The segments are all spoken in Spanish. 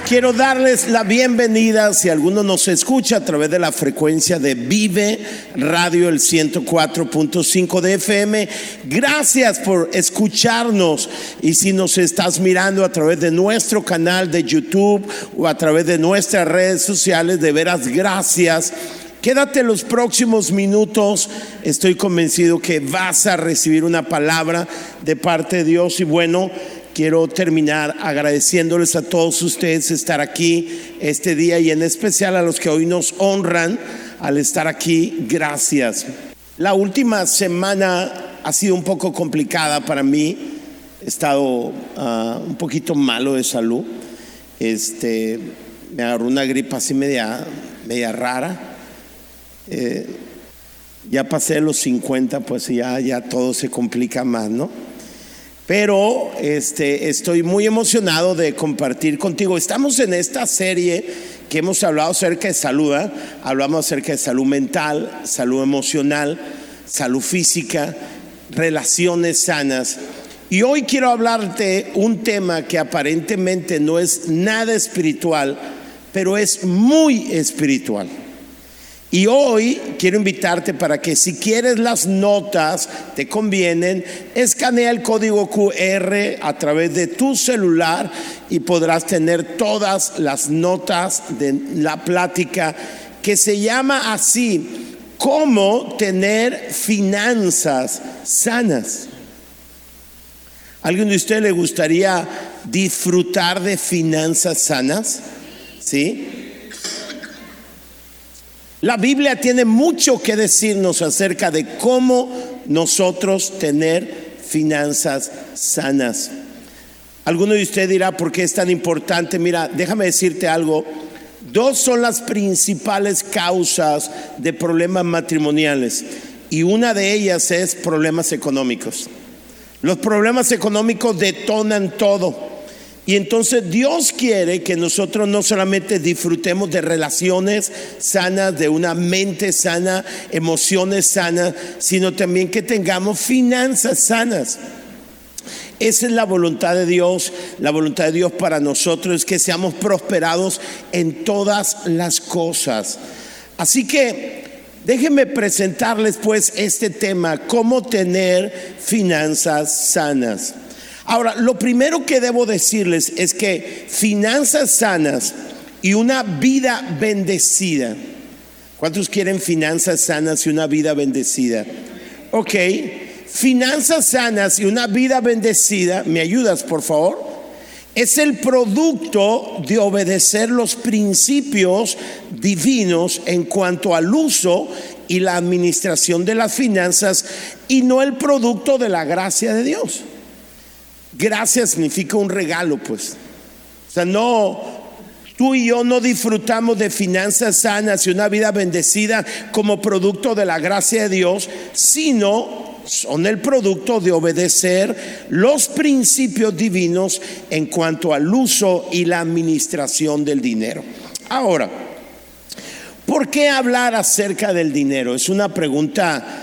quiero darles la bienvenida. Si alguno nos escucha a través de la frecuencia de Vive Radio, el 104.5 de FM, gracias por escucharnos. Y si nos estás mirando a través de nuestro canal de YouTube o a través de nuestras redes sociales, de veras gracias. Quédate los próximos minutos, estoy convencido que vas a recibir una palabra de parte de Dios. Y bueno, quiero terminar agradeciéndoles a todos ustedes estar aquí este día, y en especial a los que hoy nos honran al estar aquí. Gracias. La última semana ha sido un poco complicada para mí. He estado un poquito malo de salud. Me agarró una gripa así media rara. Ya pasé los 50, pues ya todo se complica más, ¿no? Pero estoy muy emocionado de compartir contigo. Estamos en esta serie que hemos hablado acerca de salud, ¿eh? Hablamos acerca de salud mental, salud emocional, salud física, relaciones sanas. Y hoy quiero hablarte un tema que aparentemente no es nada espiritual, pero es muy espiritual. Y hoy quiero invitarte para que, si quieres las notas, te convienen, escanea el código QR a través de tu celular y podrás tener todas las notas de la plática, que se llama así: ¿Cómo tener finanzas sanas? ¿Alguien de ustedes le gustaría disfrutar de finanzas sanas? ¿Sí? La Biblia tiene mucho que decirnos acerca de cómo nosotros tener finanzas sanas. Alguno de ustedes dirá: ¿por qué es tan importante? Mira, déjame decirte algo. Dos son las principales causas de problemas matrimoniales, y una de ellas es problemas económicos. Los problemas económicos detonan todo. Y entonces Dios quiere que nosotros no solamente disfrutemos de relaciones sanas, de una mente sana, emociones sanas, sino también que tengamos finanzas sanas. Esa es la voluntad de Dios. La voluntad de Dios para nosotros es que seamos prosperados en todas las cosas. Así que déjenme presentarles pues este tema: cómo tener finanzas sanas. Ahora, lo primero que debo decirles es que finanzas sanas y una vida bendecida. ¿Cuántos quieren finanzas sanas y una vida bendecida? Ok, finanzas sanas y una vida bendecida, ¿me ayudas por favor? Es el producto de obedecer los principios divinos en cuanto al uso y la administración de las finanzas, y no el producto de la gracia de Dios. Gracia significa un regalo, pues. O sea, no, tú y yo no disfrutamos de finanzas sanas y una vida bendecida como producto de la gracia de Dios, sino son el producto de obedecer los principios divinos en cuanto al uso y la administración del dinero. Ahora, ¿por qué hablar acerca del dinero? Es una pregunta.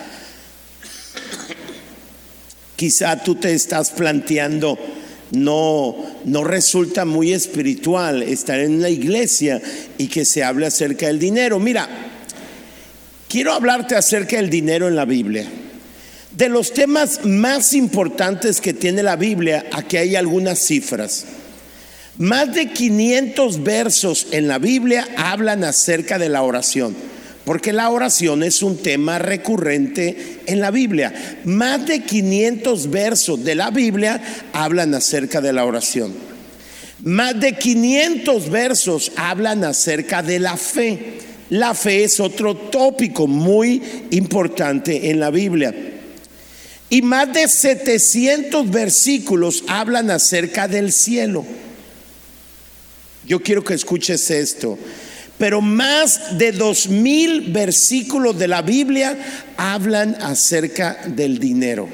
Quizá tú te estás planteando: no resulta muy espiritual estar en una iglesia y que se hable acerca del dinero. Mira, quiero hablarte acerca del dinero en la Biblia. De los temas más importantes que tiene la Biblia, aquí hay algunas cifras. Más de 500 versos en la Biblia hablan acerca de la oración, porque la oración es un tema recurrente en la Biblia. Más de 500 versos de la Biblia hablan acerca de la oración. Más de 500 versos hablan acerca de la fe. La fe es otro tópico muy importante en la Biblia. Y más de 700 versículos hablan acerca del cielo. Yo quiero que escuches esto. Pero más de 2000 versículos de la Biblia hablan acerca del dinero.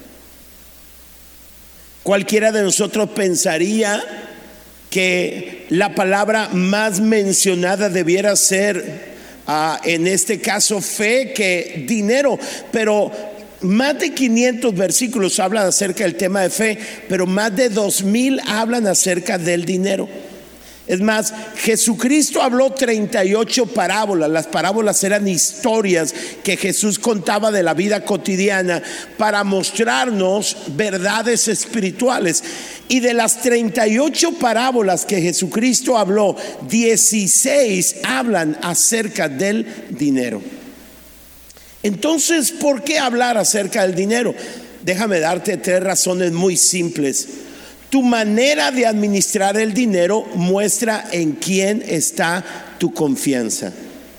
Cualquiera de nosotros pensaría que la palabra más mencionada debiera ser, en este caso, fe, que dinero. Pero más de 500 versículos hablan acerca del tema de fe, pero más de 2000 hablan acerca del dinero. Es más, Jesucristo habló 38 parábolas. Las parábolas eran historias que Jesús contaba de la vida cotidiana para mostrarnos verdades espirituales. Y de las 38 parábolas que Jesucristo habló, 16 hablan acerca del dinero. Entonces, ¿por qué hablar acerca del dinero? Déjame darte 3 razones muy simples. Tu manera de administrar el dinero muestra en quién está tu confianza.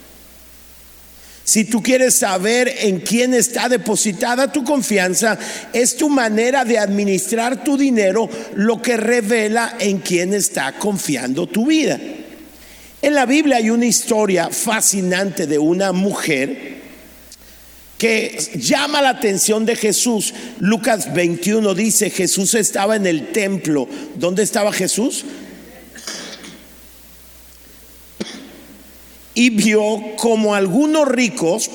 Si tú quieres saber en quién está depositada tu confianza, es tu manera de administrar tu dinero lo que revela en quién está confiando tu vida. En la Biblia hay una historia fascinante de una mujer que llama la atención de Jesús. Lucas 21 dice: Jesús estaba en el templo. ¿Dónde estaba Jesús? Y vio como algunos ricos,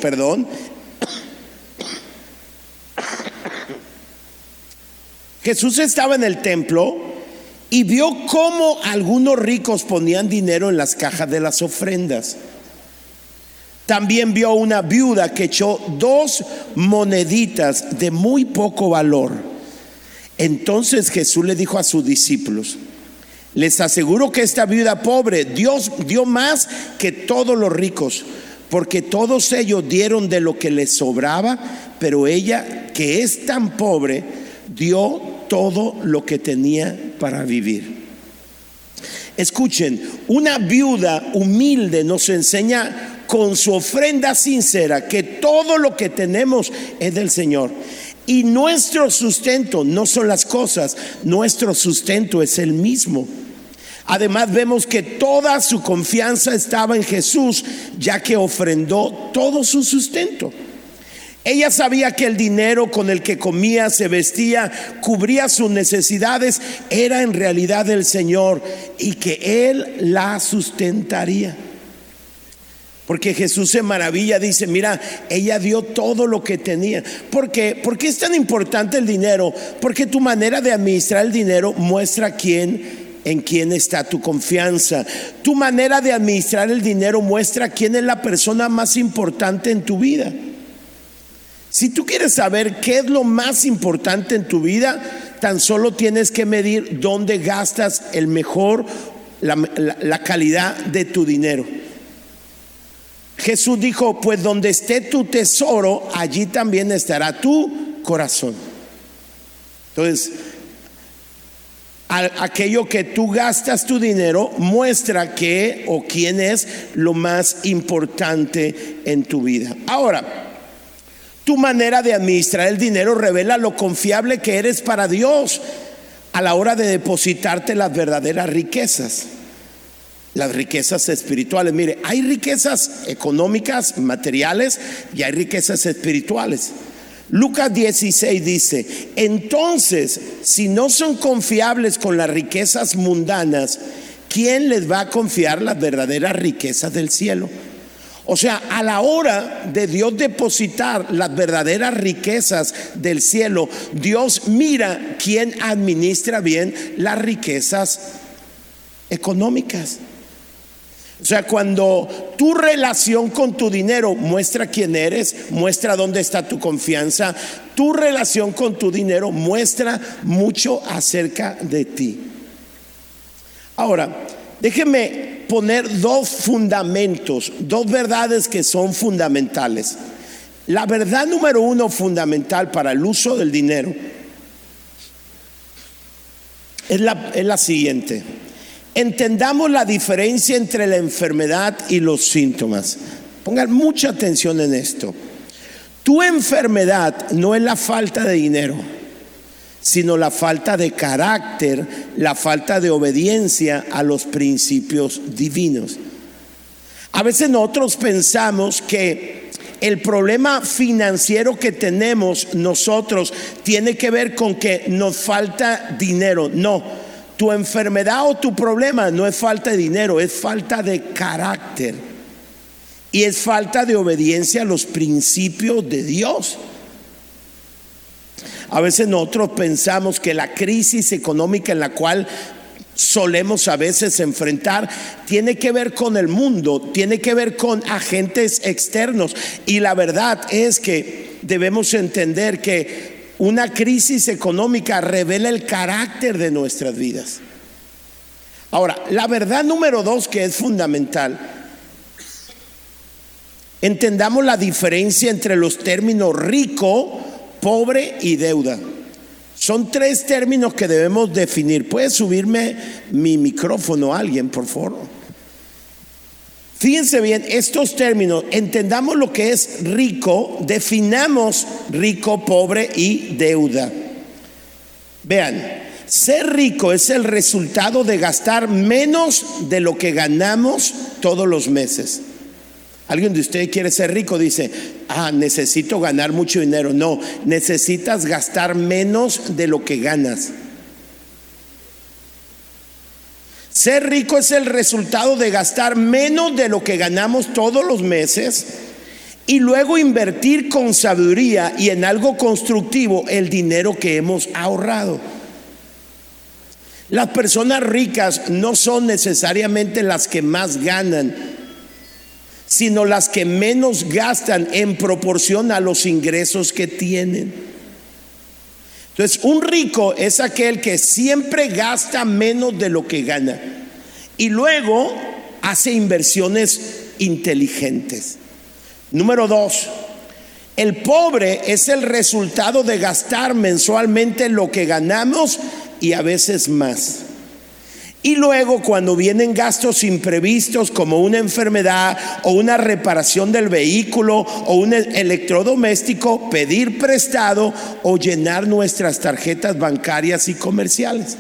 Jesús estaba en el templo y vio como algunos ricos ponían dinero en las cajas de las ofrendas. También vio una viuda que echó 2 moneditas de muy poco valor. Entonces Jesús le dijo a sus discípulos: les aseguro que esta viuda pobre Dios dio más que todos los ricos, porque todos ellos dieron de lo que les sobraba, pero ella, que es tan pobre, dio todo lo que tenía para vivir. Escuchen, una viuda humilde nos enseña con su ofrenda sincera que todo lo que tenemos es del Señor. Y nuestro sustento no son las cosas, nuestro sustento es el mismo. Además vemos que toda su confianza estaba en Jesús, ya que ofrendó todo su sustento. Ella sabía que el dinero con el que comía, se vestía, cubría sus necesidades, era en realidad del Señor y que Él la sustentaría. Porque Jesús se maravilla, dice: mira, ella dio todo lo que tenía. ¿Por qué? ¿Por qué es tan importante el dinero? Porque tu manera de administrar el dinero muestra en quién está tu confianza. Tu manera de administrar el dinero muestra quién es la persona más importante en tu vida. Si tú quieres saber qué es lo más importante en tu vida, tan solo tienes que medir dónde gastas el mejor, la calidad de tu dinero. Jesús dijo: pues donde esté tu tesoro, allí también estará tu corazón. Entonces, aquello que tú gastas tu dinero muestra qué o quién es lo más importante en tu vida. Ahora, tu manera de administrar el dinero revela lo confiable que eres para Dios a la hora de depositarte las verdaderas riquezas. Las riquezas espirituales. Mire, hay riquezas económicas, materiales, y hay riquezas espirituales. Lucas 16 dice: entonces, si no son confiables con las riquezas mundanas, ¿quién les va a confiar las verdaderas riquezas del cielo? O sea, a la hora de Dios depositar las verdaderas riquezas del cielo, Dios mira quién administra bien las riquezas económicas. O sea, cuando tu relación con tu dinero muestra quién eres, muestra dónde está tu confianza, tu relación con tu dinero muestra mucho acerca de ti. Ahora, déjeme poner 2 fundamentos, 2 verdades que son fundamentales. La verdad número 1 fundamental para el uso del dinero es la siguiente: entendamos la diferencia entre la enfermedad y los síntomas. Pongan mucha atención en esto. Tu enfermedad no es la falta de dinero, sino la falta de carácter, la falta de obediencia a los principios divinos. A veces nosotros pensamos que el problema financiero que tenemos nosotros tiene que ver con que nos falta dinero. No. Tu enfermedad o tu problema no es falta de dinero, es falta de carácter y es falta de obediencia a los principios de Dios. A veces nosotros pensamos que la crisis económica en la cual solemos a veces enfrentar tiene que ver con el mundo, tiene que ver con agentes externos. Y la verdad es que debemos entender que una crisis económica revela el carácter de nuestras vidas. Ahora, la verdad número 2 que es fundamental: entendamos la diferencia entre los términos rico, pobre y deuda. Son 3 términos que debemos definir. ¿Puede subirme mi micrófono alguien, por favor? Fíjense bien, estos términos, entendamos lo que es rico, definamos rico, pobre y deuda. Vean, ser rico es el resultado de gastar menos de lo que ganamos todos los meses. Alguien de ustedes quiere ser rico, dice, necesito ganar mucho dinero. No, necesitas gastar menos de lo que ganas. Ser rico es el resultado de gastar menos de lo que ganamos todos los meses y luego invertir con sabiduría y en algo constructivo el dinero que hemos ahorrado. Las personas ricas no son necesariamente las que más ganan, sino las que menos gastan en proporción a los ingresos que tienen. Entonces, un rico es aquel que siempre gasta menos de lo que gana y luego hace inversiones inteligentes. Número 2, el pobre es el resultado de gastar mensualmente lo que ganamos y a veces más. Y luego, cuando vienen gastos imprevistos como una enfermedad o una reparación del vehículo o un electrodoméstico, pedir prestado o llenar nuestras tarjetas bancarias y comerciales.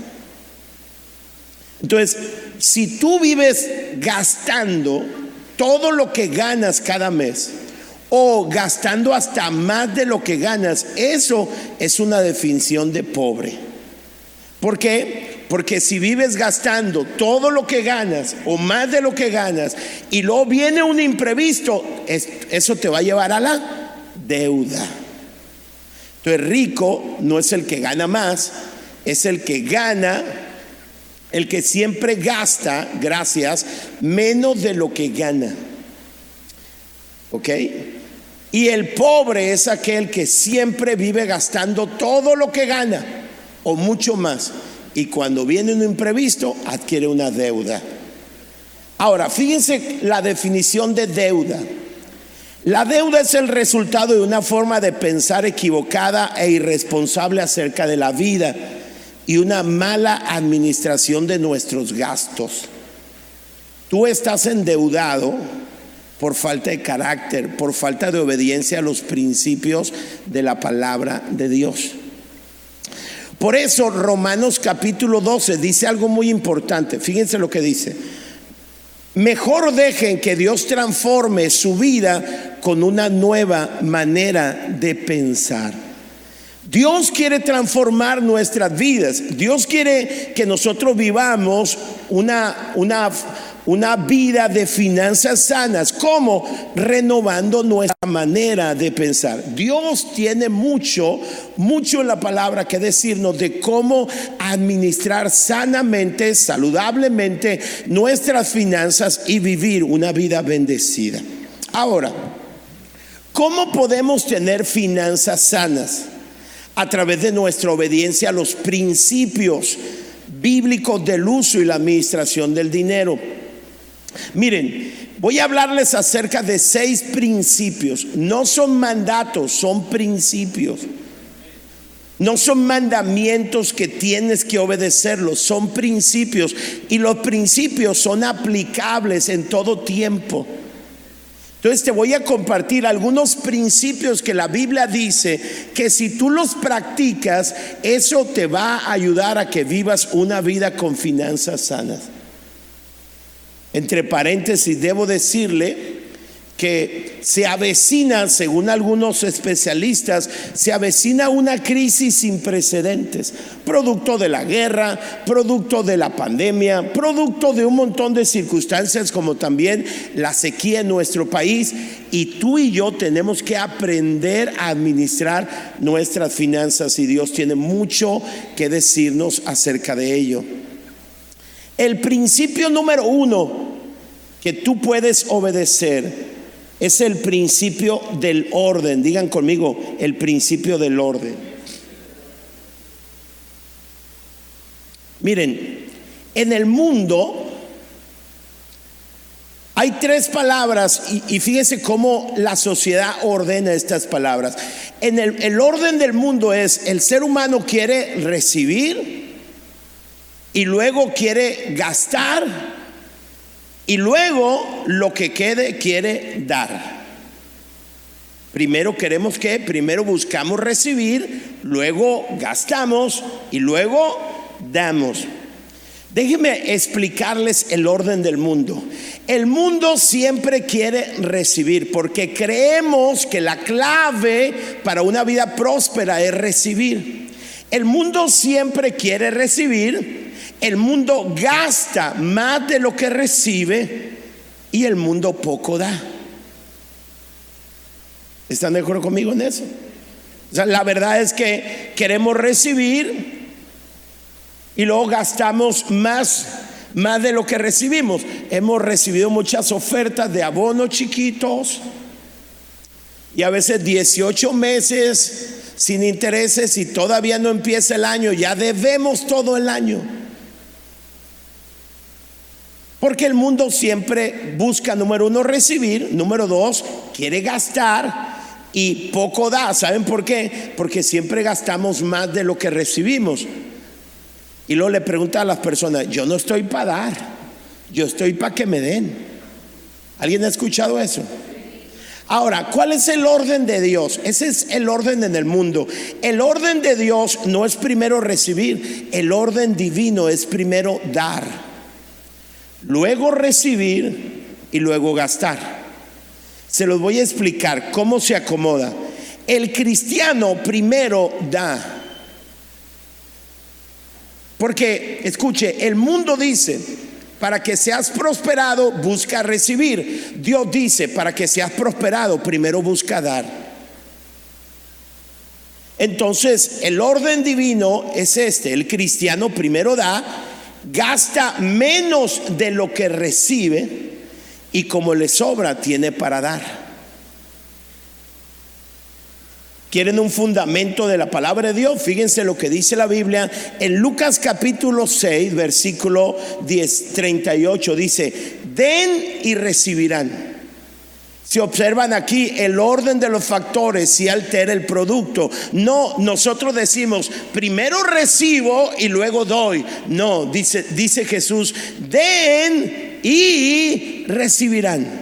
Entonces, si tú vives gastando todo lo que ganas cada mes o gastando hasta más de lo que ganas, eso es una definición de pobre. ¿Por qué? Porque si vives gastando todo lo que ganas o más de lo que ganas y luego viene un imprevisto, eso te va a llevar a la deuda. Entonces, rico no es el que gana más, es el que gana, el que siempre gasta, gracias, menos de lo que gana. ¿Ok? Y el pobre es aquel que siempre vive gastando todo lo que gana o mucho más, y cuando viene un imprevisto adquiere una deuda. Ahora, fíjense la definición de deuda. La deuda es el resultado de una forma de pensar equivocada e irresponsable acerca de la vida y una mala administración de nuestros gastos. Tú estás endeudado por falta de carácter, por falta de obediencia a los principios de la palabra de Dios. Por eso Romanos capítulo 12 dice algo muy importante. Fíjense lo que dice: mejor dejen que Dios transforme su vida con una nueva manera de pensar. Dios quiere transformar nuestras vidas. Dios quiere que nosotros vivamos una vida de finanzas sanas. ¿Cómo? Renovando nuestra manera de pensar. Dios tiene mucho en la palabra que decirnos de cómo administrar sanamente, saludablemente nuestras finanzas y vivir una vida bendecida. Ahora, ¿cómo podemos tener finanzas sanas? A través de nuestra obediencia a los principios bíblicos del uso y la administración del dinero. Miren, voy a hablarles acerca de 6 principios. No son mandatos, son principios. No son mandamientos que tienes que obedecerlos, son principios. Y los principios son aplicables en todo tiempo. Entonces te voy a compartir algunos principios que la Biblia dice que si tú los practicas, eso te va a ayudar a que vivas una vida con finanzas sanas. Entre paréntesis, debo decirle que se avecina, según algunos especialistas, se avecina una crisis sin precedentes, producto de la guerra, producto de la pandemia, producto de un montón de circunstancias como también la sequía en nuestro país, y tú y yo tenemos que aprender a administrar nuestras finanzas y Dios tiene mucho que decirnos acerca de ello. El principio número uno que tú puedes obedecer es el principio del orden. Digan conmigo, el principio del orden. Miren, en el mundo hay tres palabras y fíjese cómo la sociedad ordena estas palabras. En el orden del mundo es: el ser humano quiere recibir, y luego quiere gastar, y luego lo que quede quiere dar. Primero queremos que, primero buscamos recibir, luego gastamos y luego damos. Déjenme explicarles el orden del mundo. El mundo siempre quiere recibir porque creemos que la clave para una vida próspera es recibir. El mundo siempre quiere recibir. El mundo gasta más de lo que recibe y el mundo poco da. ¿Están de acuerdo conmigo en eso? O sea, la verdad es que queremos recibir y luego gastamos más de lo que recibimos. Hemos recibido muchas ofertas de abonos chiquitos y a veces 18 meses sin intereses y todavía no empieza el año, ya debemos todo el año. Porque el mundo siempre busca, número uno, recibir, número dos, quiere gastar y poco da. ¿Saben por qué? Porque siempre gastamos más de lo que recibimos. Y luego le pregunta a las personas: yo no estoy para dar, yo estoy para que me den. ¿Alguien ha escuchado eso? Ahora, ¿cuál es el orden de Dios? Ese es el orden en el mundo. El orden de Dios no es primero recibir, el orden divino es primero dar, luego recibir y luego gastar. Se los voy a explicar cómo se acomoda. El cristiano primero da. Porque, escuche, el mundo dice: para que seas prosperado, busca recibir. Dios dice: para que seas prosperado, primero busca dar. Entonces, el orden divino es este: el cristiano primero da, gasta menos de lo que recibe y como le sobra, tiene para dar. ¿Quieren un fundamento de la palabra de Dios? Fíjense lo que dice la Biblia en Lucas capítulo 6, versículo 38. Dice: den y recibirán. Si observan aquí, el orden de los factores sí altera el producto. No, nosotros decimos: primero recibo y luego doy. No, dice Jesús: den y recibirán.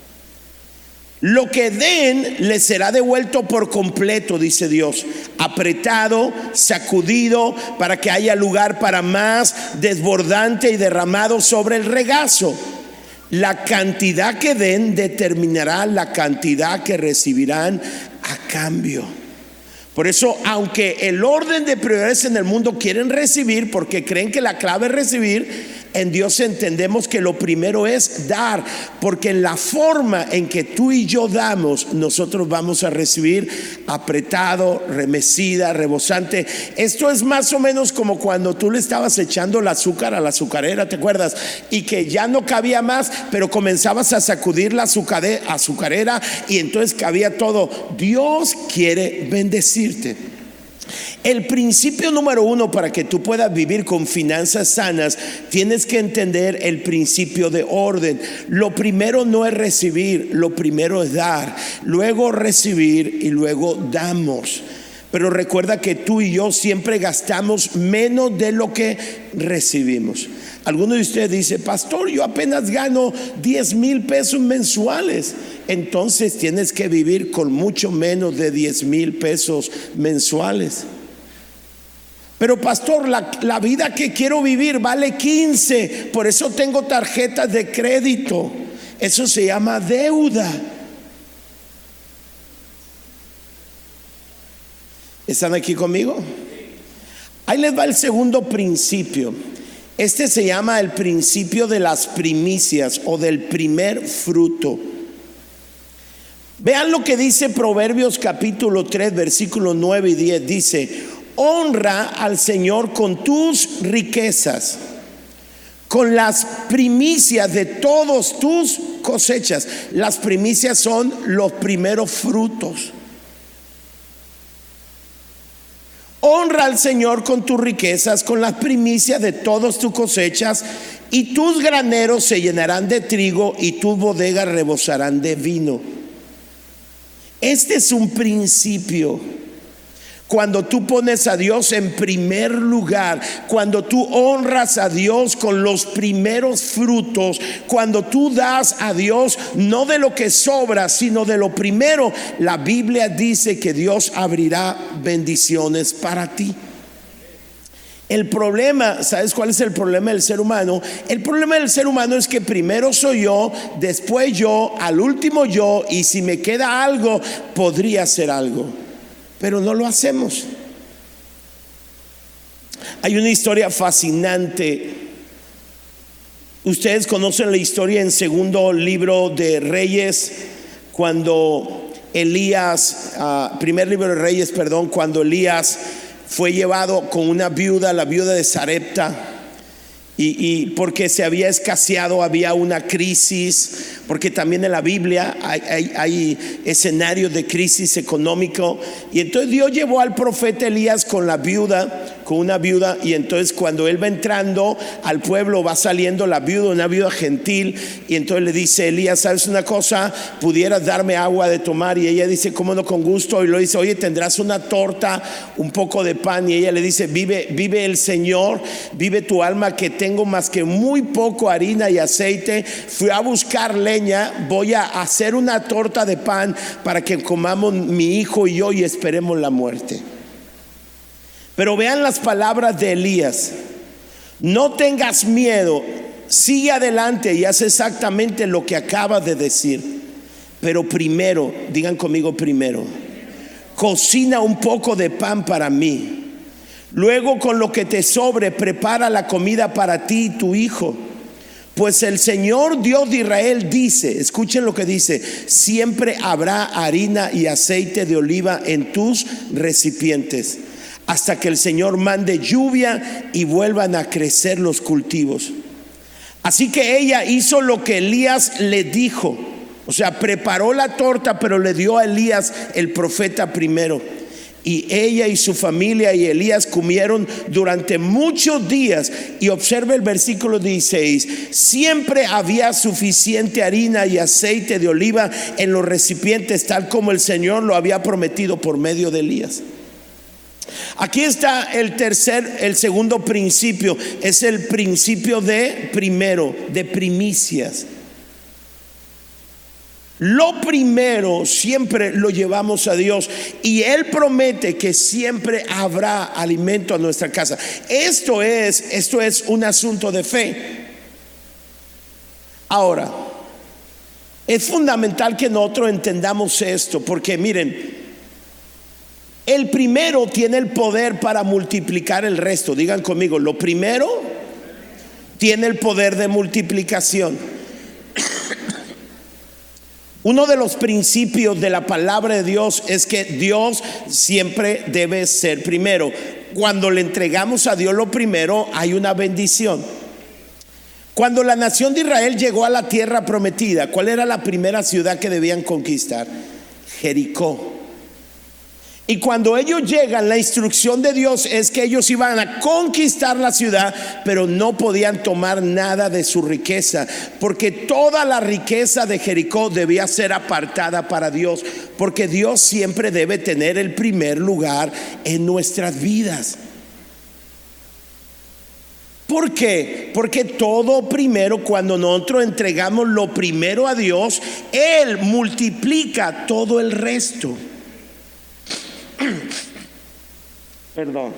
Lo que den les será devuelto por completo, dice Dios, apretado, sacudido, para que haya lugar para más, desbordante y derramado sobre el regazo. La cantidad que den determinará la cantidad que recibirán a cambio. Por eso, aunque el orden de prioridades en el mundo quieren recibir porque creen que la clave es recibir, en Dios entendemos que lo primero es dar, porque en la forma en que tú y yo damos, nosotros vamos a recibir apretado, remecida, rebosante. Esto es más o menos como cuando tú le estabas echando el azúcar a la azucarera, ¿te acuerdas? Y que ya no cabía más, pero comenzabas a sacudir la azucarera y entonces cabía todo. Dios quiere bendecirte. El principio número uno para que tú puedas vivir con finanzas sanas, tienes que entender el principio de orden. Lo primero no es recibir, lo primero es dar, luego recibir y luego damos. Pero recuerda que tú y yo siempre gastamos menos de lo que recibimos. Algunos de ustedes dicen: pastor, yo apenas gano 10,000 pesos mensuales. Entonces tienes que vivir con mucho menos de 10,000 pesos mensuales. Pero pastor, la vida que quiero vivir vale 15, por eso tengo tarjetas de crédito. Eso se llama deuda. ¿Están aquí conmigo? Ahí les va el segundo principio. Este se llama el principio de las primicias o del primer fruto. Vean lo que dice Proverbios capítulo 3, versículos 9 y 10. Dice: honra al Señor con tus riquezas, con las primicias de todos tus cosechas. Las primicias son los primeros frutos. Honra al Señor con tus riquezas, con las primicias de todas tus cosechas, y tus graneros se llenarán de trigo y tus bodegas rebosarán de vino. Este es un principio. Cuando tú pones a Dios en primer lugar, cuando tú honras a Dios con los primeros frutos, cuando tú das a Dios no de lo que sobra, sino de lo primero, la Biblia dice que Dios abrirá bendiciones para ti. El problema, ¿sabes cuál es el problema del ser humano? El problema del ser humano es que primero soy yo, después yo, al último yo, y si me queda algo, podría hacer algo. Pero no lo hacemos. Hay una historia fascinante. Ustedes conocen la historia en segundo libro de Reyes, cuando Elías, primer libro de Reyes, perdón, cuando Elías fue llevado con una viuda, la viuda de Sarepta, y porque se había escaseado, había una crisis, porque también en la Biblia hay escenarios de crisis económico, y entonces Dios llevó al profeta Elías con una viuda, y entonces cuando él va entrando al pueblo, va saliendo la viuda, una viuda gentil, y entonces le dice Elías: ¿sabes una cosa? ¿Pudieras darme agua de tomar? Y ella dice: cómo no, con gusto. Y lo dice: oye, ¿tendrás una torta, un poco de pan? Y ella le dice: vive el Señor, vive tu alma, que tengo más que muy poco harina y aceite. Fui a buscar leña, voy a hacer una torta de pan para que comamos mi hijo y yo y esperemos la muerte. Pero vean las palabras de Elías: no tengas miedo, sigue adelante y haz exactamente lo que acabas de decir. Pero primero, digan conmigo, primero, cocina un poco de pan para mí. Luego, con lo que te sobre, prepara la comida para ti y tu hijo. Pues el Señor Dios de Israel dice, escuchen lo que dice: siempre habrá harina y aceite de oliva en tus recipientes, hasta que el Señor mande lluvia y vuelvan a crecer los cultivos. Así que ella hizo lo que Elías le dijo. O sea, preparó la torta, pero le dio a Elías, el profeta, primero. Y ella y su familia y Elías comieron durante muchos días. Y observe el versículo 16: siempre había suficiente harina y aceite de oliva en los recipientes, tal como el Señor lo había prometido por medio de Elías. Aquí está el segundo principio. Es el principio de primero, de primicias. Lo primero siempre lo llevamos a Dios, y Él promete que siempre habrá alimento a nuestra casa. Esto es un asunto de fe. Ahora, es fundamental que nosotros entendamos esto, porque miren, el primero tiene el poder para multiplicar el resto. Digan conmigo: lo primero tiene el poder de multiplicación. Uno de los principios de la palabra de Dios es que Dios siempre debe ser primero. Cuando le entregamos a Dios lo primero, hay una bendición. Cuando la nación de Israel llegó a la tierra prometida, ¿cuál era la primera ciudad que debían conquistar? Jericó. Y cuando ellos llegan, la instrucción de Dios es que ellos iban a conquistar la ciudad, pero no podían tomar nada de su riqueza, porque toda la riqueza de Jericó debía ser apartada para Dios, porque Dios siempre debe tener el primer lugar en nuestras vidas. ¿Por qué? Porque todo primero, cuando nosotros entregamos lo primero a Dios, Él multiplica todo el resto. Perdón.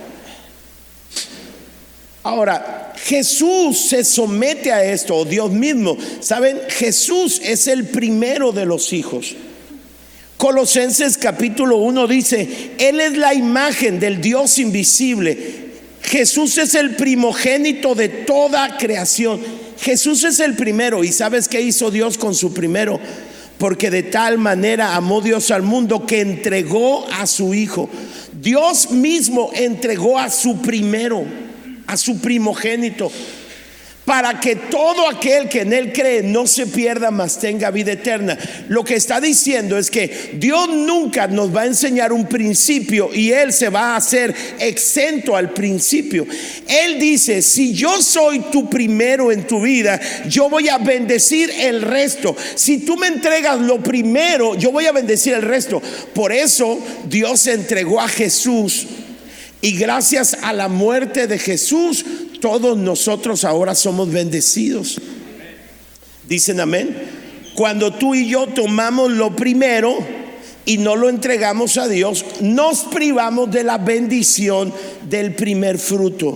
Ahora, Jesús se somete a esto, o Dios mismo. ¿Saben? Jesús es el primero de los hijos. Colosenses capítulo 1 dice: Él es la imagen del Dios invisible. Jesús es el primogénito de toda creación. Jesús es el primero. ¿Y sabes qué hizo Dios con su primero? Porque de tal manera amó Dios al mundo que entregó a su Hijo. Dios mismo entregó a su primero, a su primogénito, para que todo aquel que en él cree no se pierda, mas tenga vida eterna. Lo que está diciendo es que Dios nunca nos va a enseñar un principio y él se va a hacer exento al principio. Él dice: si yo soy tu primero en tu vida, yo voy a bendecir el resto. Si tú me entregas lo primero, yo voy a bendecir el resto. Por eso Dios entregó a Jesús, y gracias a la muerte de Jesús, todos nosotros ahora somos bendecidos. Dicen amén. Cuando tú y yo tomamos lo primero y no lo entregamos a Dios, nos privamos de la bendición del primer fruto.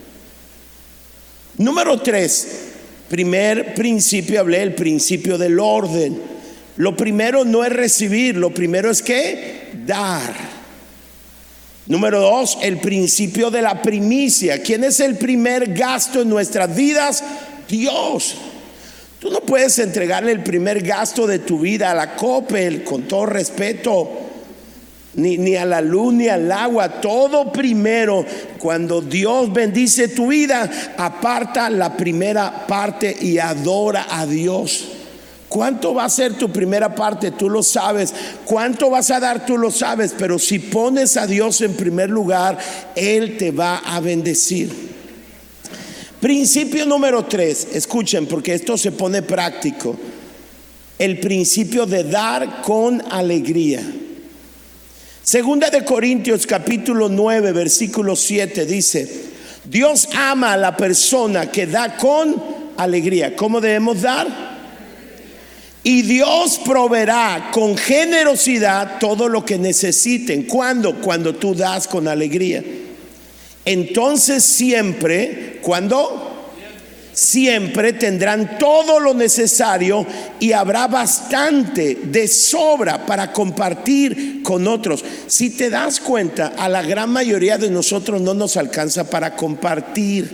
Número 3, primer principio, hablé el principio del orden. Lo primero no es recibir, lo primero es ¿qué? Dar. Número 2, el principio de la primicia. ¿Quién es el primer gasto en nuestras vidas? Dios. Tú no puedes entregarle el primer gasto de tu vida a la Coppel, con todo respeto, ni a la luz ni al agua. Todo primero. Cuando Dios bendice tu vida, aparta la primera parte y adora a Dios. ¿Cuánto va a ser tu primera parte? Tú lo sabes. ¿Cuánto vas a dar? Tú lo sabes. Pero si pones a Dios en primer lugar, Él te va a bendecir. Principio número 3. Escuchen, porque esto se pone práctico. El principio de dar con alegría. Segunda de Corintios capítulo 9 versículo 7 dice: Dios ama a la persona que da con alegría. ¿Cómo debemos dar? Y Dios proveerá con generosidad todo lo que necesiten. ¿Cuándo? Cuando tú das con alegría. Entonces siempre, ¿cuándo? Siempre tendrán todo lo necesario y habrá bastante de sobra para compartir con otros. Si te das cuenta, a la gran mayoría de nosotros no nos alcanza para compartir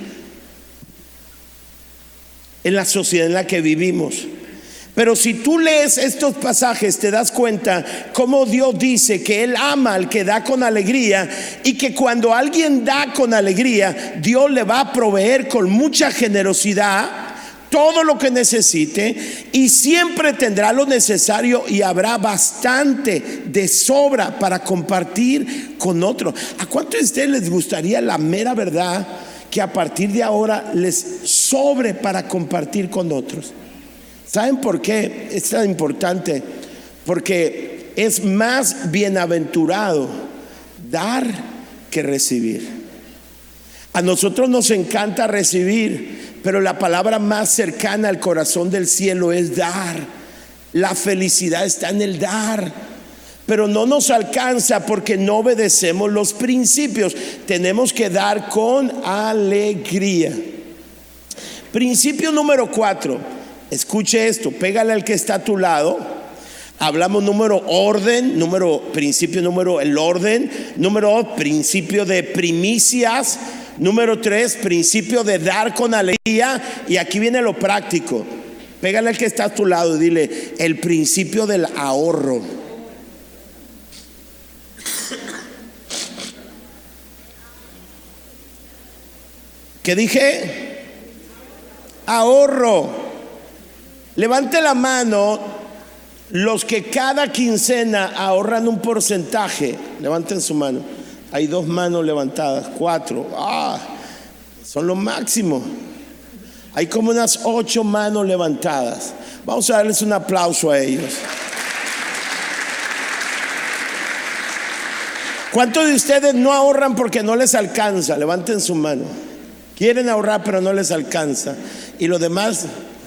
en la sociedad en la que vivimos. Pero si tú lees estos pasajes, te das cuenta cómo Dios dice que Él ama al que da con alegría, y que cuando alguien da con alegría, Dios le va a proveer con mucha generosidad todo lo que necesite, y siempre tendrá lo necesario y habrá bastante de sobra para compartir con otros. ¿A cuántos de ustedes les gustaría, la mera verdad, que a partir de ahora les sobre para compartir con otros? ¿Saben por qué es tan importante? Porque es más bienaventurado dar que recibir. A nosotros nos encanta recibir, pero la palabra más cercana al corazón del cielo es dar. La felicidad está en el dar. Pero no nos alcanza porque no obedecemos los principios. Tenemos que dar con alegría. Principio número 4. Escuche esto, pégale al que está a tu lado. Hablamos número orden, principio número el orden. Número 2, principio de primicias. Número 3, principio de dar con alegría. Y aquí viene lo práctico. Pégale al que está a tu lado y dile: el principio del ahorro. ¿Qué dije? Ahorro. Levante la mano los que cada quincena ahorran un porcentaje. Levanten su mano. Hay 2 manos levantadas, 4. Son lo máximo. Hay como unas 8 manos levantadas. Vamos a darles un aplauso a ellos. ¿Cuántos de ustedes no ahorran porque no les alcanza? Levanten su mano. Quieren ahorrar pero no les alcanza. Y los demás...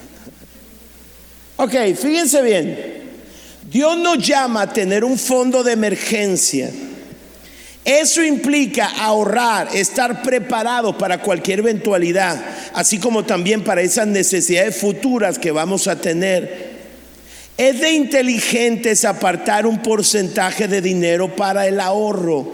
Ok, fíjense bien. Dios nos llama a tener un fondo de emergencia. Eso implica ahorrar, estar preparado para cualquier eventualidad, así como también para esas necesidades futuras que vamos a tener. Es de inteligentes apartar un porcentaje de dinero para el ahorro.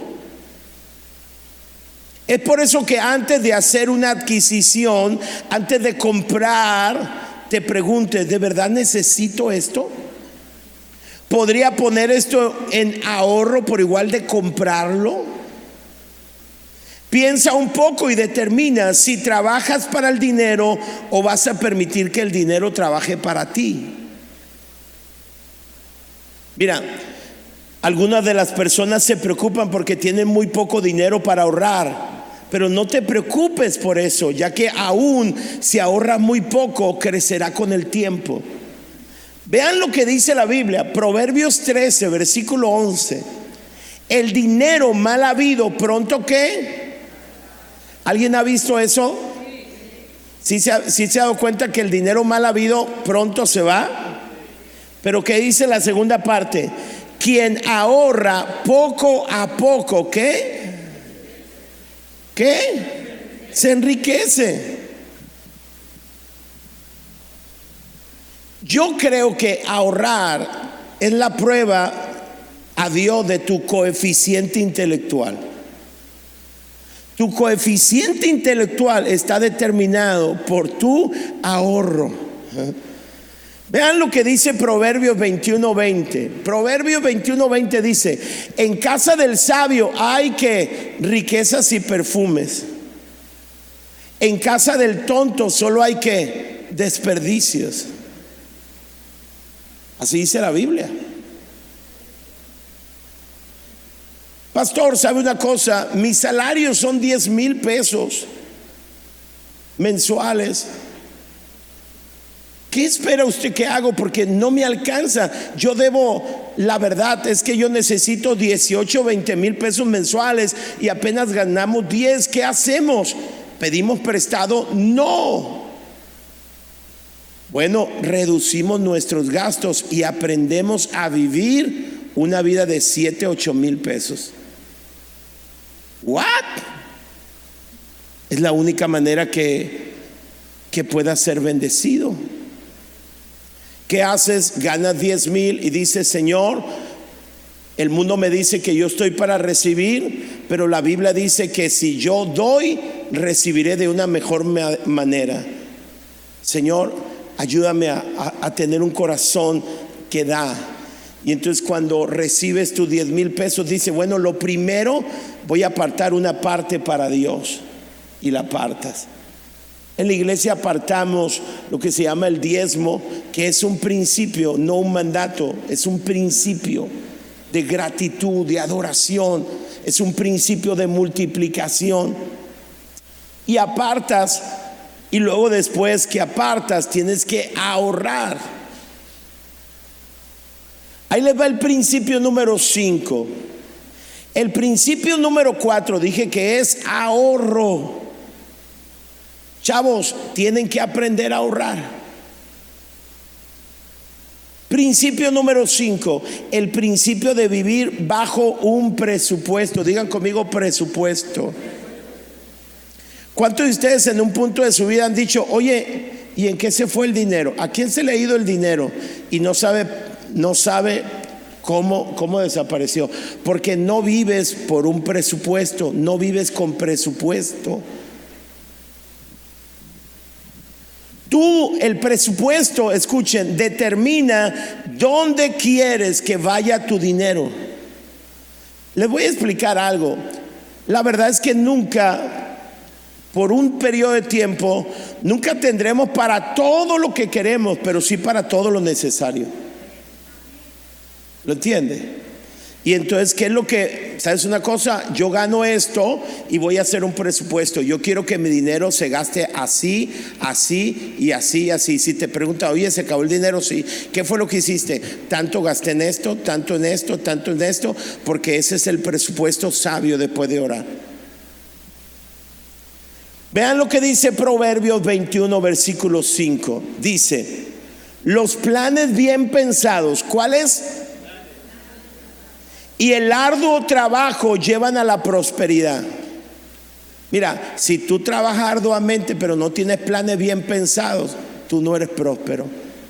Es por eso que antes de hacer una adquisición, antes de comprar, te preguntes: ¿de verdad necesito esto? ¿Podría poner esto en ahorro por igual de comprarlo? Piensa un poco y determina si trabajas para el dinero o vas a permitir que el dinero trabaje para ti. Mira, algunas de las personas se preocupan porque tienen muy poco dinero para ahorrar, pero no te preocupes por eso, ya que aún si ahorras muy poco, crecerá con el tiempo. Vean lo que dice la Biblia, Proverbios 13, versículo 11. El dinero mal habido, pronto ¿qué? ¿Alguien ha visto eso? ¿Sí se ha dado cuenta que el dinero mal habido pronto se va? Pero ¿qué dice la segunda parte? Quien ahorra poco a poco, ¿qué? Se enriquece. Yo creo que ahorrar es la prueba a Dios de tu coeficiente intelectual. Tu coeficiente intelectual está determinado por tu ahorro. Vean lo que dice Proverbios 21:20. Proverbios 21:20 dice: en casa del sabio hay que riquezas y perfumes. En casa del tonto solo hay que desperdicios. Así dice la Biblia. Pastor, ¿sabe una cosa? Mi salario son 10,000 pesos mensuales. ¿Qué espera usted que hago? Porque no me alcanza. Yo debo, la verdad es que yo necesito 18, 20 mil pesos mensuales y apenas ganamos 10. ¿Qué hacemos? ¿Pedimos prestado? No. Bueno, reducimos nuestros gastos y aprendemos a vivir una vida de 7, 8 mil pesos. ¿What? Es la única manera que pueda ser bendecido. ¿Qué haces? Ganas 10,000 y dices: Señor, el mundo me dice que yo estoy para recibir, pero la Biblia dice que si yo doy, recibiré de una mejor manera. Señor, ayúdame a tener un corazón que da. Y entonces cuando recibes tus 10,000 pesos, dice: bueno, lo primero voy a apartar una parte para Dios. Y la apartas. En la iglesia apartamos lo que se llama el diezmo, que es un principio, no un mandato. Es un principio de gratitud, de adoración. Es un principio de multiplicación. Y apartas, y luego después que apartas tienes que ahorrar. Ahí les va el principio número 5. El principio número 4 dije que es ahorro. Chavos, tienen que aprender a ahorrar. Principio número 5, el principio de vivir bajo un presupuesto. Digan conmigo: presupuesto. ¿Cuántos de ustedes en un punto de su vida han dicho: oye, ¿y en qué se fue el dinero? ¿A quién se le ha ido el dinero? Y no sabe cómo desapareció. Porque no vives por un presupuesto, no vives con presupuesto. Tú, el presupuesto, escuchen, determina dónde quieres que vaya tu dinero. Les voy a explicar algo. La verdad es que nunca, por un periodo de tiempo, nunca tendremos para todo lo que queremos, pero sí para todo lo necesario. ¿Lo entiende? Y entonces, ¿qué es lo que? ¿Sabes una cosa? Yo gano esto y voy a hacer un presupuesto. Yo quiero que mi dinero se gaste así, así y así, así. Si te pregunta: oye, ¿se acabó el dinero? Sí. ¿Qué fue lo que hiciste? Tanto gasté en esto, tanto en esto, tanto en esto. Porque ese es el presupuesto sabio después de orar. Vean lo que dice Proverbios 21, versículo 5. Dice: los planes bien pensados, ¿cuáles? Y el arduo trabajo llevan a la prosperidad. Mira, si tú trabajas arduamente pero no tienes planes bien pensados, tú no eres próspero.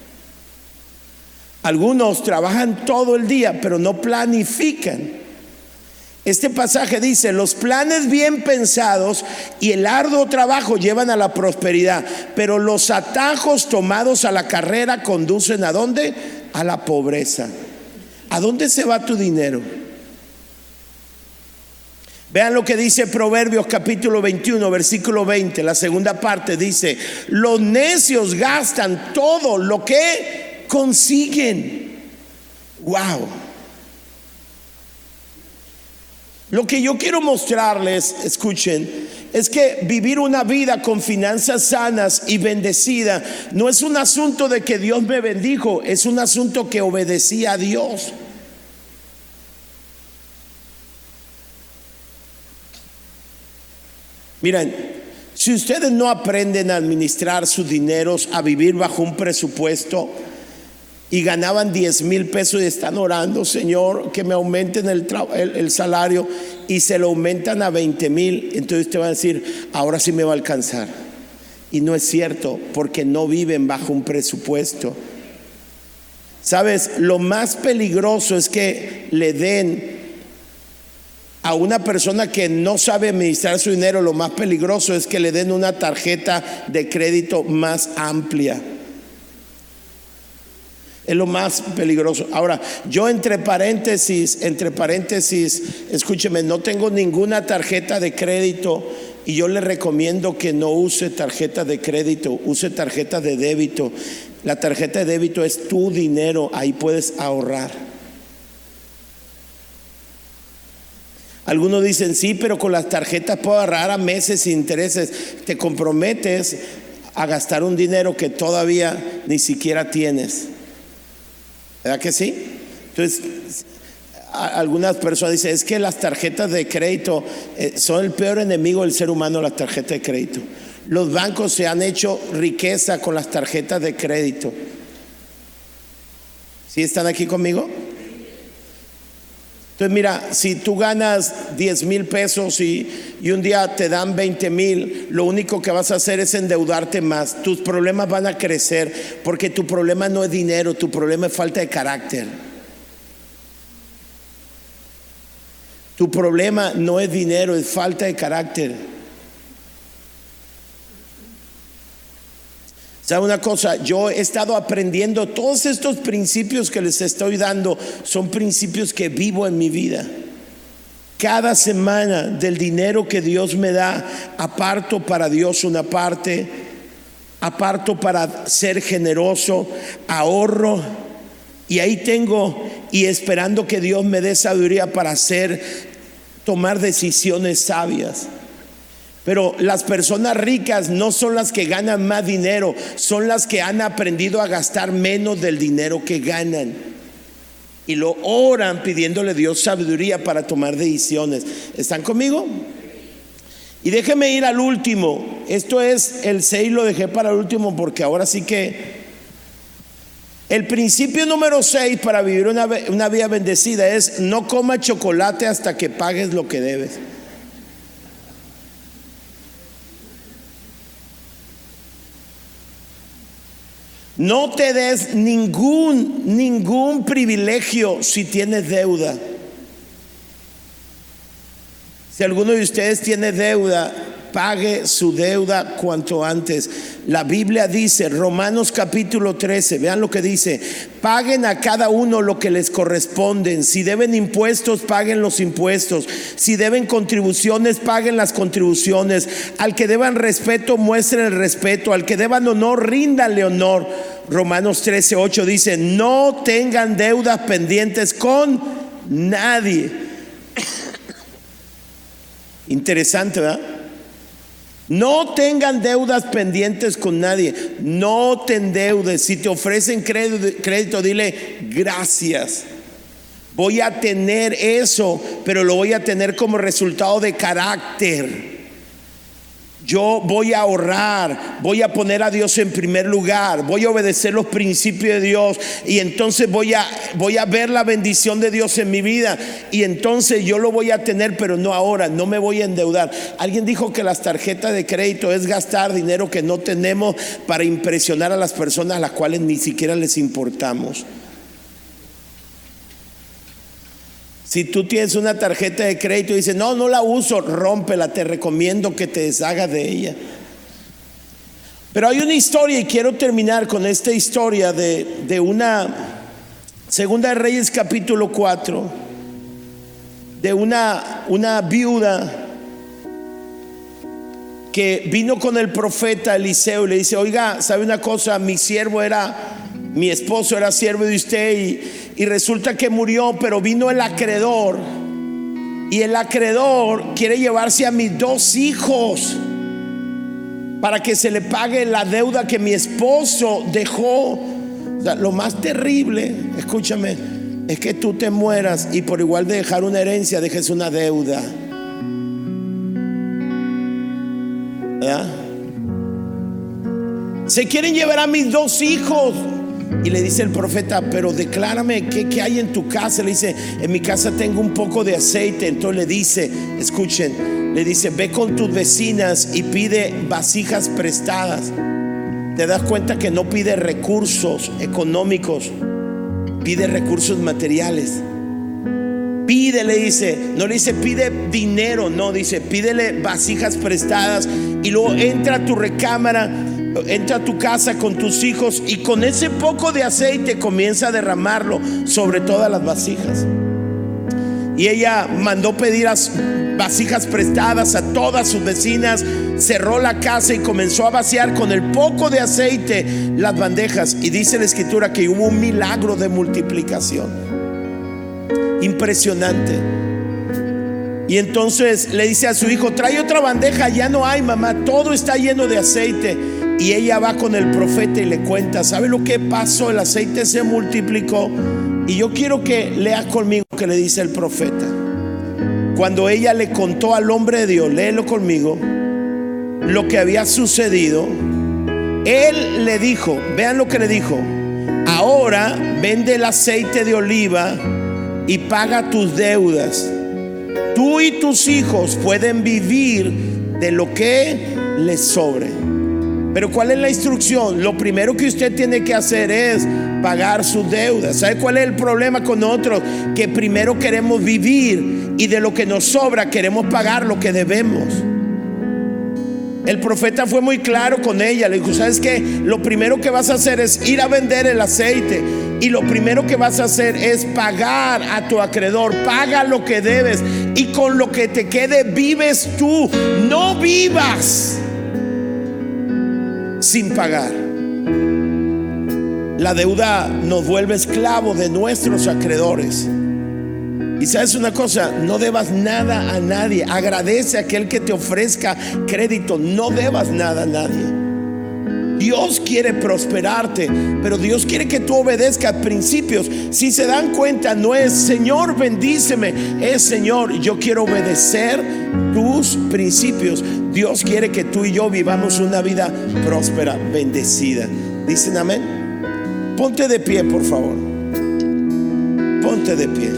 Algunos trabajan todo el día pero no planifican. Este pasaje dice: los planes bien pensados y el arduo trabajo llevan a la prosperidad, pero los atajos tomados a la carrera conducen ¿a dónde? A la pobreza. ¿A dónde se va tu dinero? Vean lo que dice Proverbios capítulo 21, versículo 20. La segunda parte dice: los necios gastan todo lo que consiguen. Wow. Lo que yo quiero mostrarles, escuchen, es que vivir una vida con finanzas sanas y bendecida no es un asunto de que Dios me bendijo, es un asunto que obedecí a Dios. Miren, si ustedes no aprenden a administrar sus dineros, a vivir bajo un presupuesto, y ganaban 10,000 pesos y están orando: Señor, que me aumenten el salario, y se lo aumentan a 20,000, entonces te van a decir: ahora sí me va a alcanzar. Y no es cierto, porque no viven bajo un presupuesto. Sabes, lo más peligroso es que le den a una persona que no sabe administrar su dinero, lo más peligroso es que le den una tarjeta de crédito más amplia. Es lo más peligroso. Ahora, yo entre paréntesis, escúcheme, no tengo ninguna tarjeta de crédito, y yo le recomiendo que no use tarjeta de crédito, use tarjeta de débito. La tarjeta de débito es tu dinero, ahí puedes ahorrar. Algunos dicen: sí, pero con las tarjetas puedo ahorrar a meses sin intereses. Te comprometes a gastar un dinero que todavía ni siquiera tienes. ¿Verdad que sí? Entonces, algunas personas dicen: es que las tarjetas de crédito son el peor enemigo del ser humano, las tarjetas de crédito. Los bancos se han hecho riqueza con las tarjetas de crédito. ¿Sí están aquí conmigo? Entonces mira, si tú ganas 10,000 pesos y un día te dan 20,000, lo único que vas a hacer es endeudarte más. Tus problemas van a crecer, porque tu problema no es dinero, tu problema es falta de carácter. Tu problema no es dinero, es falta de carácter. ¿Sabe una cosa? Yo he estado aprendiendo todos estos principios que les estoy dando, son principios que vivo en mi vida. Cada semana del dinero que Dios me da, aparto para Dios una parte, aparto para ser generoso, ahorro, y ahí tengo, y esperando que Dios me dé sabiduría para tomar decisiones sabias. Pero las personas ricas no son las que ganan más dinero, son las que han aprendido a gastar menos del dinero que ganan, y lo oran pidiéndole a Dios sabiduría para tomar decisiones. ¿Están conmigo? Y déjeme ir al último. Esto es el 6, lo dejé para el último porque ahora sí que el principio número 6 para vivir una vida bendecida es: no coma chocolate hasta que pagues lo que debes. No te des ningún privilegio si tienes deuda. Si alguno de ustedes tiene deuda, pague su deuda cuanto antes. La Biblia dice, Romanos capítulo 13, vean lo que dice: paguen a cada uno lo que les corresponden. Si deben impuestos, paguen los impuestos. Si deben contribuciones, paguen las contribuciones. Al que deban respeto, muestren el respeto. Al que deban honor, ríndanle honor. Romanos 13:8 dice: no tengan deudas pendientes con nadie. Interesante, ¿verdad? No tengan deudas pendientes con nadie. No te endeudes. Si te ofrecen crédito, dile: gracias, voy a tener eso, pero lo voy a tener como resultado de carácter. Yo voy a ahorrar, voy a poner a Dios en primer lugar, voy a obedecer los principios de Dios, y entonces voy a ver la bendición de Dios en mi vida, y entonces yo lo voy a tener, pero no ahora, no me voy a endeudar. Alguien dijo que las tarjetas de crédito es gastar dinero que no tenemos para impresionar a las personas a las cuales ni siquiera les importamos. Si tú tienes una tarjeta de crédito y dices: no la uso, rómpela, te recomiendo que te deshagas de ella. Pero hay una historia, y quiero terminar con esta historia de una Segunda de Reyes capítulo 4, de una viuda que vino con el profeta Eliseo y le dice: oiga, ¿sabe una cosa? Mi esposo era siervo de usted y resulta que murió, pero vino el acreedor, y el acreedor quiere llevarse a mis 2 hijos para que se le pague la deuda que mi esposo dejó. O sea, lo más terrible, escúchame, es que tú te mueras y por igual de dejar una herencia dejes una deuda, ¿verdad? Se quieren llevar a mis 2 hijos. Y le dice el profeta: pero declárame ¿qué hay en tu casa? Le dice: en mi casa tengo un poco de aceite. Entonces le dice, escuchen, le dice: ve con tus vecinas y pide vasijas prestadas. Te das cuenta que no pide recursos económicos, pide recursos materiales. Pide, le dice, no le dice pide dinero, no, dice pídele vasijas prestadas. Y luego entra a tu recámara, entra a tu casa con tus hijos y con ese poco de aceite comienza a derramarlo sobre todas las vasijas. Y ella mandó pedir vasijas prestadas a todas sus vecinas, cerró la casa y comenzó a vaciar con el poco de aceite las bandejas. Y dice la escritura que hubo un milagro de multiplicación impresionante. Y entonces le dice a su hijo: trae otra bandeja. Ya no hay, mamá, todo está lleno de aceite. Y ella va con el profeta y le cuenta: ¿sabe lo que pasó? El aceite se multiplicó. Y yo quiero que leas conmigo que le dice el profeta. Cuando ella le contó al hombre de Dios, léelo conmigo, lo que había sucedido, él le dijo, vean lo que le dijo: ahora vende el aceite de oliva y paga tus deudas. Tú y tus hijos pueden vivir de lo que les sobre. Pero ¿cuál es la instrucción? Lo primero que usted tiene que hacer es pagar sus deudas. ¿Sabe cuál es el problema con nosotros? Que primero queremos vivir y de lo que nos sobra queremos pagar lo que debemos. El profeta fue muy claro con ella. Le dijo: ¿sabes qué? Lo primero que vas a hacer es ir a vender el aceite, y lo primero que vas a hacer es pagar a tu acreedor. Paga lo que debes y con lo que te quede vives tú. No vivas sin pagar. La deuda nos vuelve esclavos de nuestros acreedores. Y sabes una cosa, no debas nada a nadie. Agradece a aquel que te ofrezca crédito. No debas nada a nadie. Dios quiere prosperarte, pero Dios quiere que tú obedezcas principios. Si se dan cuenta, no es Señor bendíceme, es Señor, yo quiero obedecer tus principios. Dios quiere que tú y yo vivamos una vida próspera, bendecida. ¿Dicen amén? Ponte de pie, por favor. Ponte de pie.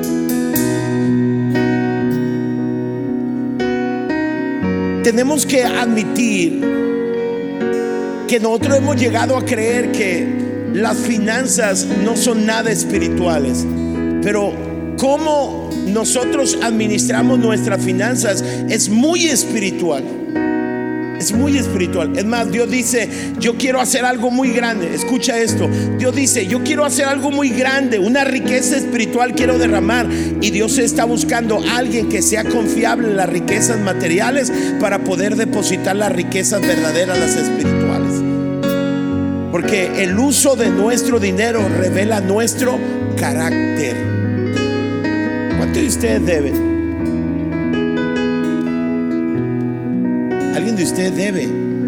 Tenemos que admitir que nosotros hemos llegado a creer que las finanzas no son nada espirituales. Pero cómo nosotros administramos nuestras finanzas es muy espiritual. Es muy espiritual. Es más, Dios dice: yo quiero hacer algo muy grande. Escucha esto. Dios dice: yo quiero hacer algo muy grande, una riqueza espiritual quiero derramar. Y Dios está buscando a alguien que sea confiable en las riquezas materiales para poder depositar las riquezas verdaderas, las espirituales. Porque el uso de nuestro dinero revela nuestro carácter. ¿Cuánto de ustedes deben? ¿Alguien de ustedes debe?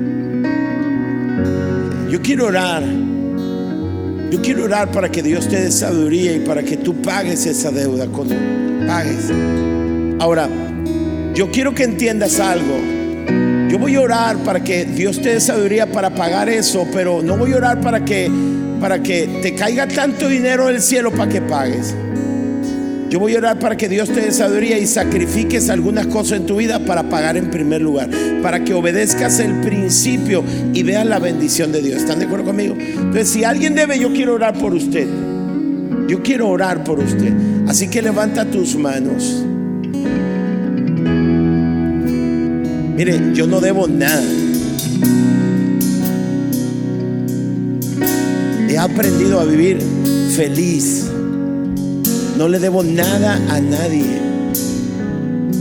Yo quiero orar. Yo quiero orar para que Dios te dé sabiduría y para que tú pagues esa deuda cuando pagues. Ahora, yo quiero que entiendas algo. Yo voy a orar para que Dios te dé sabiduría para pagar eso, pero no voy a orar para que te caiga tanto dinero del cielo para que pagues. Yo voy a orar para que Dios te dé sabiduría y sacrifiques algunas cosas en tu vida para pagar en primer lugar, para que obedezcas el principio y veas la bendición de Dios. ¿Están de acuerdo conmigo? Entonces, si alguien debe, yo quiero orar por usted. Yo quiero orar por usted. Así que levanta tus manos. Mire, yo no debo nada. He aprendido a vivir feliz. No le debo nada a nadie.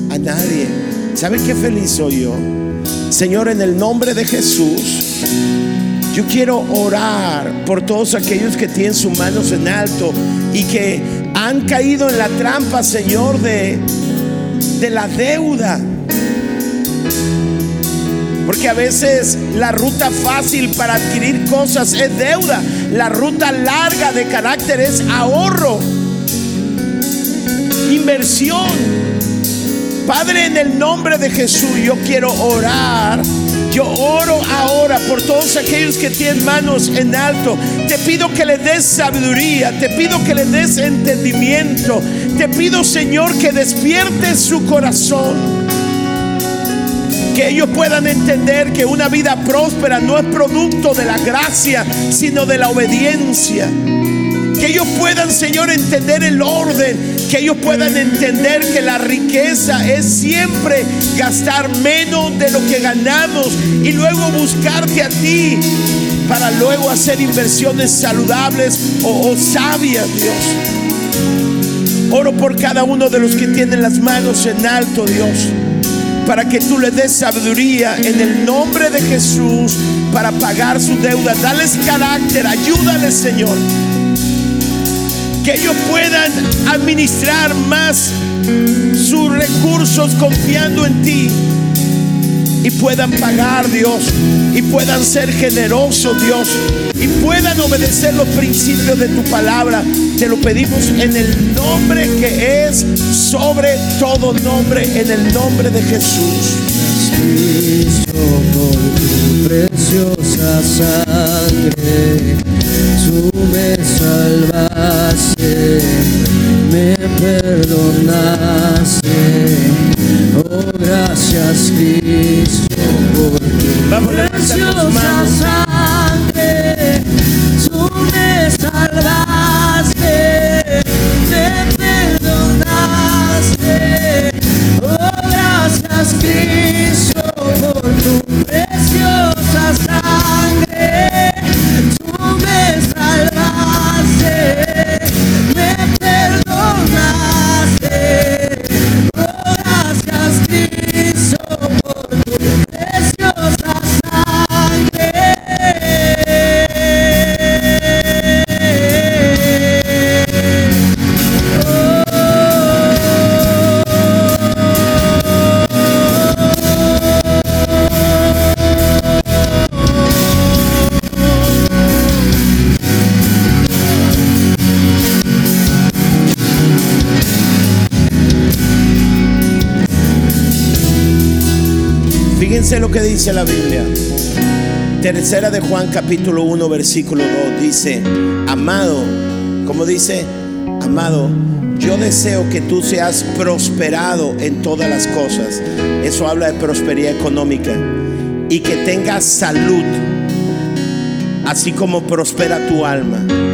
a nadie. ¿Sabe qué feliz soy yo? Señor, en el nombre de Jesús, yo quiero orar por todos aquellos que tienen sus manos en alto y que han caído en la trampa, Señor, de la deuda. Porque a veces la ruta fácil para adquirir cosas es deuda. La ruta larga de carácter es ahorro, inversión. Padre, en el nombre de Jesús, yo quiero orar. Yo oro ahora por todos aquellos que tienen manos en alto. Te pido que les des sabiduría, te pido que les des entendimiento. Te pido, Señor, que despiertes su corazón, que ellos puedan entender que una vida próspera no es producto de la gracia, sino de la obediencia. Que ellos puedan, Señor, entender el orden. Que ellos puedan entender que la riqueza es siempre gastar menos de lo que ganamos y luego buscarte a ti para luego hacer inversiones saludables o sabias, Dios. Oro por cada uno de los que tienen las manos en alto, Dios, para que tú les des sabiduría en el nombre de Jesús para pagar su deuda. Dales carácter, ayúdales, Señor, que ellos puedan administrar más sus recursos confiando en ti y puedan pagar, Dios, y puedan ser generosos, Dios, y puedan obedecer los principios de tu palabra. Te lo pedimos en el nombre que es sobre todo nombre, en el nombre de Jesús. Cristo, por tu preciosa sangre, tú me salvaste, me perdonaste. Oh, gracias, Cristo, por tu preciosa sangre, tú me salvaste, me perdonaste. Oh, gracias, Cristo, por tu preciosa sangre, tú me salvaste, me perdonaste. Oh, gracias, Cristo, por tu preciosa sangre. Fíjense lo que dice la Biblia. Tercera de Juan capítulo 1 versículo 2 dice: amado, ¿cómo dice? Amado, yo deseo que tú seas prosperado en todas las cosas. Eso habla de prosperidad económica. Y que tengas salud, así como prospera tu alma.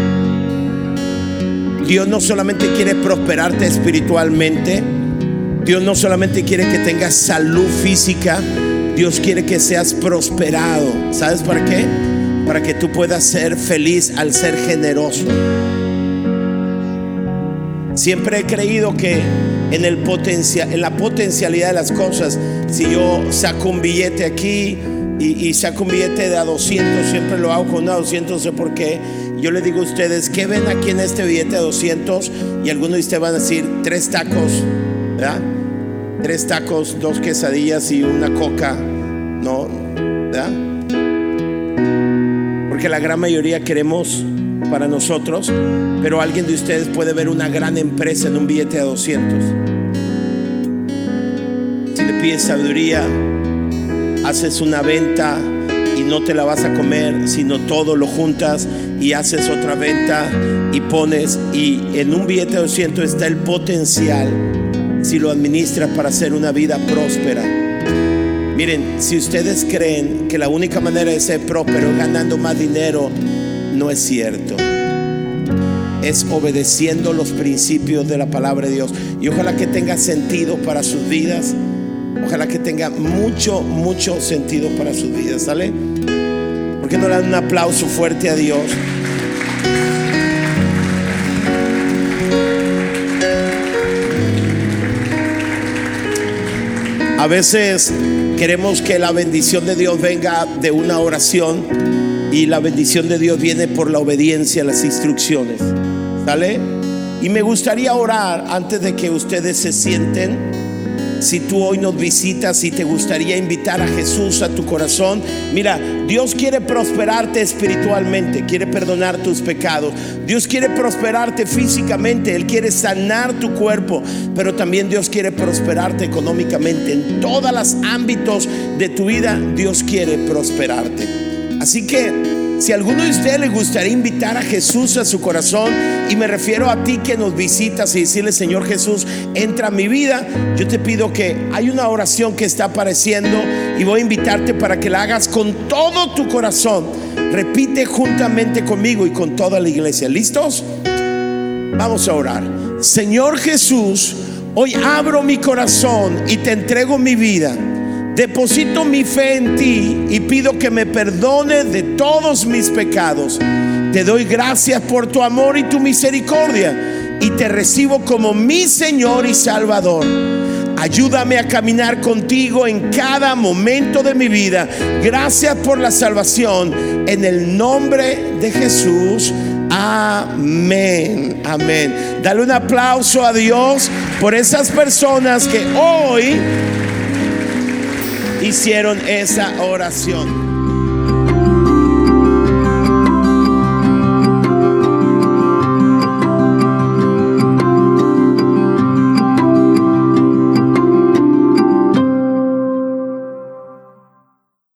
Dios no solamente quiere prosperarte espiritualmente. Dios no solamente quiere que tengas salud física. Dios quiere que seas prosperado. ¿Sabes para qué? Para que tú puedas ser feliz al ser generoso. Siempre he creído que en la potencialidad de las cosas, si yo saco un billete aquí y saco un billete de a 200, siempre lo hago con una 200, no sé por qué. Yo le digo a ustedes, ¿qué ven aquí en este billete de 200? Y algunos de ustedes van a decir 3 tacos, ¿verdad? 3 tacos, 2 quesadillas y una coca, ¿no? ¿Verdad? Porque la gran mayoría queremos para nosotros, pero alguien de ustedes puede ver una gran empresa en un billete de 200. Si le pides sabiduría, haces una venta y no te la vas a comer, sino todo lo juntas y haces otra venta y pones, y en un billete de 200 está el potencial, si lo administras, para hacer una vida próspera. Miren, si ustedes creen que la única manera de ser próspero es ganando más dinero, no es cierto. Es obedeciendo los principios de la palabra de Dios. Y ojalá que tenga sentido para sus vidas. Ojalá que tenga mucho, mucho sentido para sus vidas. ¿Sale? ¿Por qué no le dan un aplauso fuerte a Dios? A veces queremos que la bendición de Dios venga de una oración, y la bendición de Dios viene por la obediencia a las instrucciones. ¿Sale? Y me gustaría orar antes de que ustedes se sienten. Si tú hoy nos visitas y te gustaría invitar a Jesús a tu corazón, mira, Dios quiere prosperarte espiritualmente, quiere perdonar tus pecados. Dios quiere prosperarte físicamente, Él quiere sanar tu cuerpo, pero también Dios quiere prosperarte económicamente. En todos los ámbitos de tu vida, Dios quiere prosperarte. Así que si a alguno de ustedes le gustaría invitar a Jesús a su corazón, y me refiero a ti que nos visitas, y decirle: Señor Jesús, entra a mi vida, yo te pido que hay una oración que está apareciendo y voy a invitarte para que la hagas con todo tu corazón. Repite juntamente conmigo y con toda la iglesia. ¿Listos? Vamos a orar. Señor Jesús, hoy abro mi corazón y te entrego mi vida. Deposito mi fe en ti y pido que me perdones de todos mis pecados. Te doy gracias por tu amor y tu misericordia, y te recibo como mi Señor y Salvador. Ayúdame a caminar contigo en cada momento de mi vida. Gracias por la salvación, en el nombre de Jesús. Amén. Amén. Dale un aplauso a Dios por esas personas que hoy hicieron esa oración.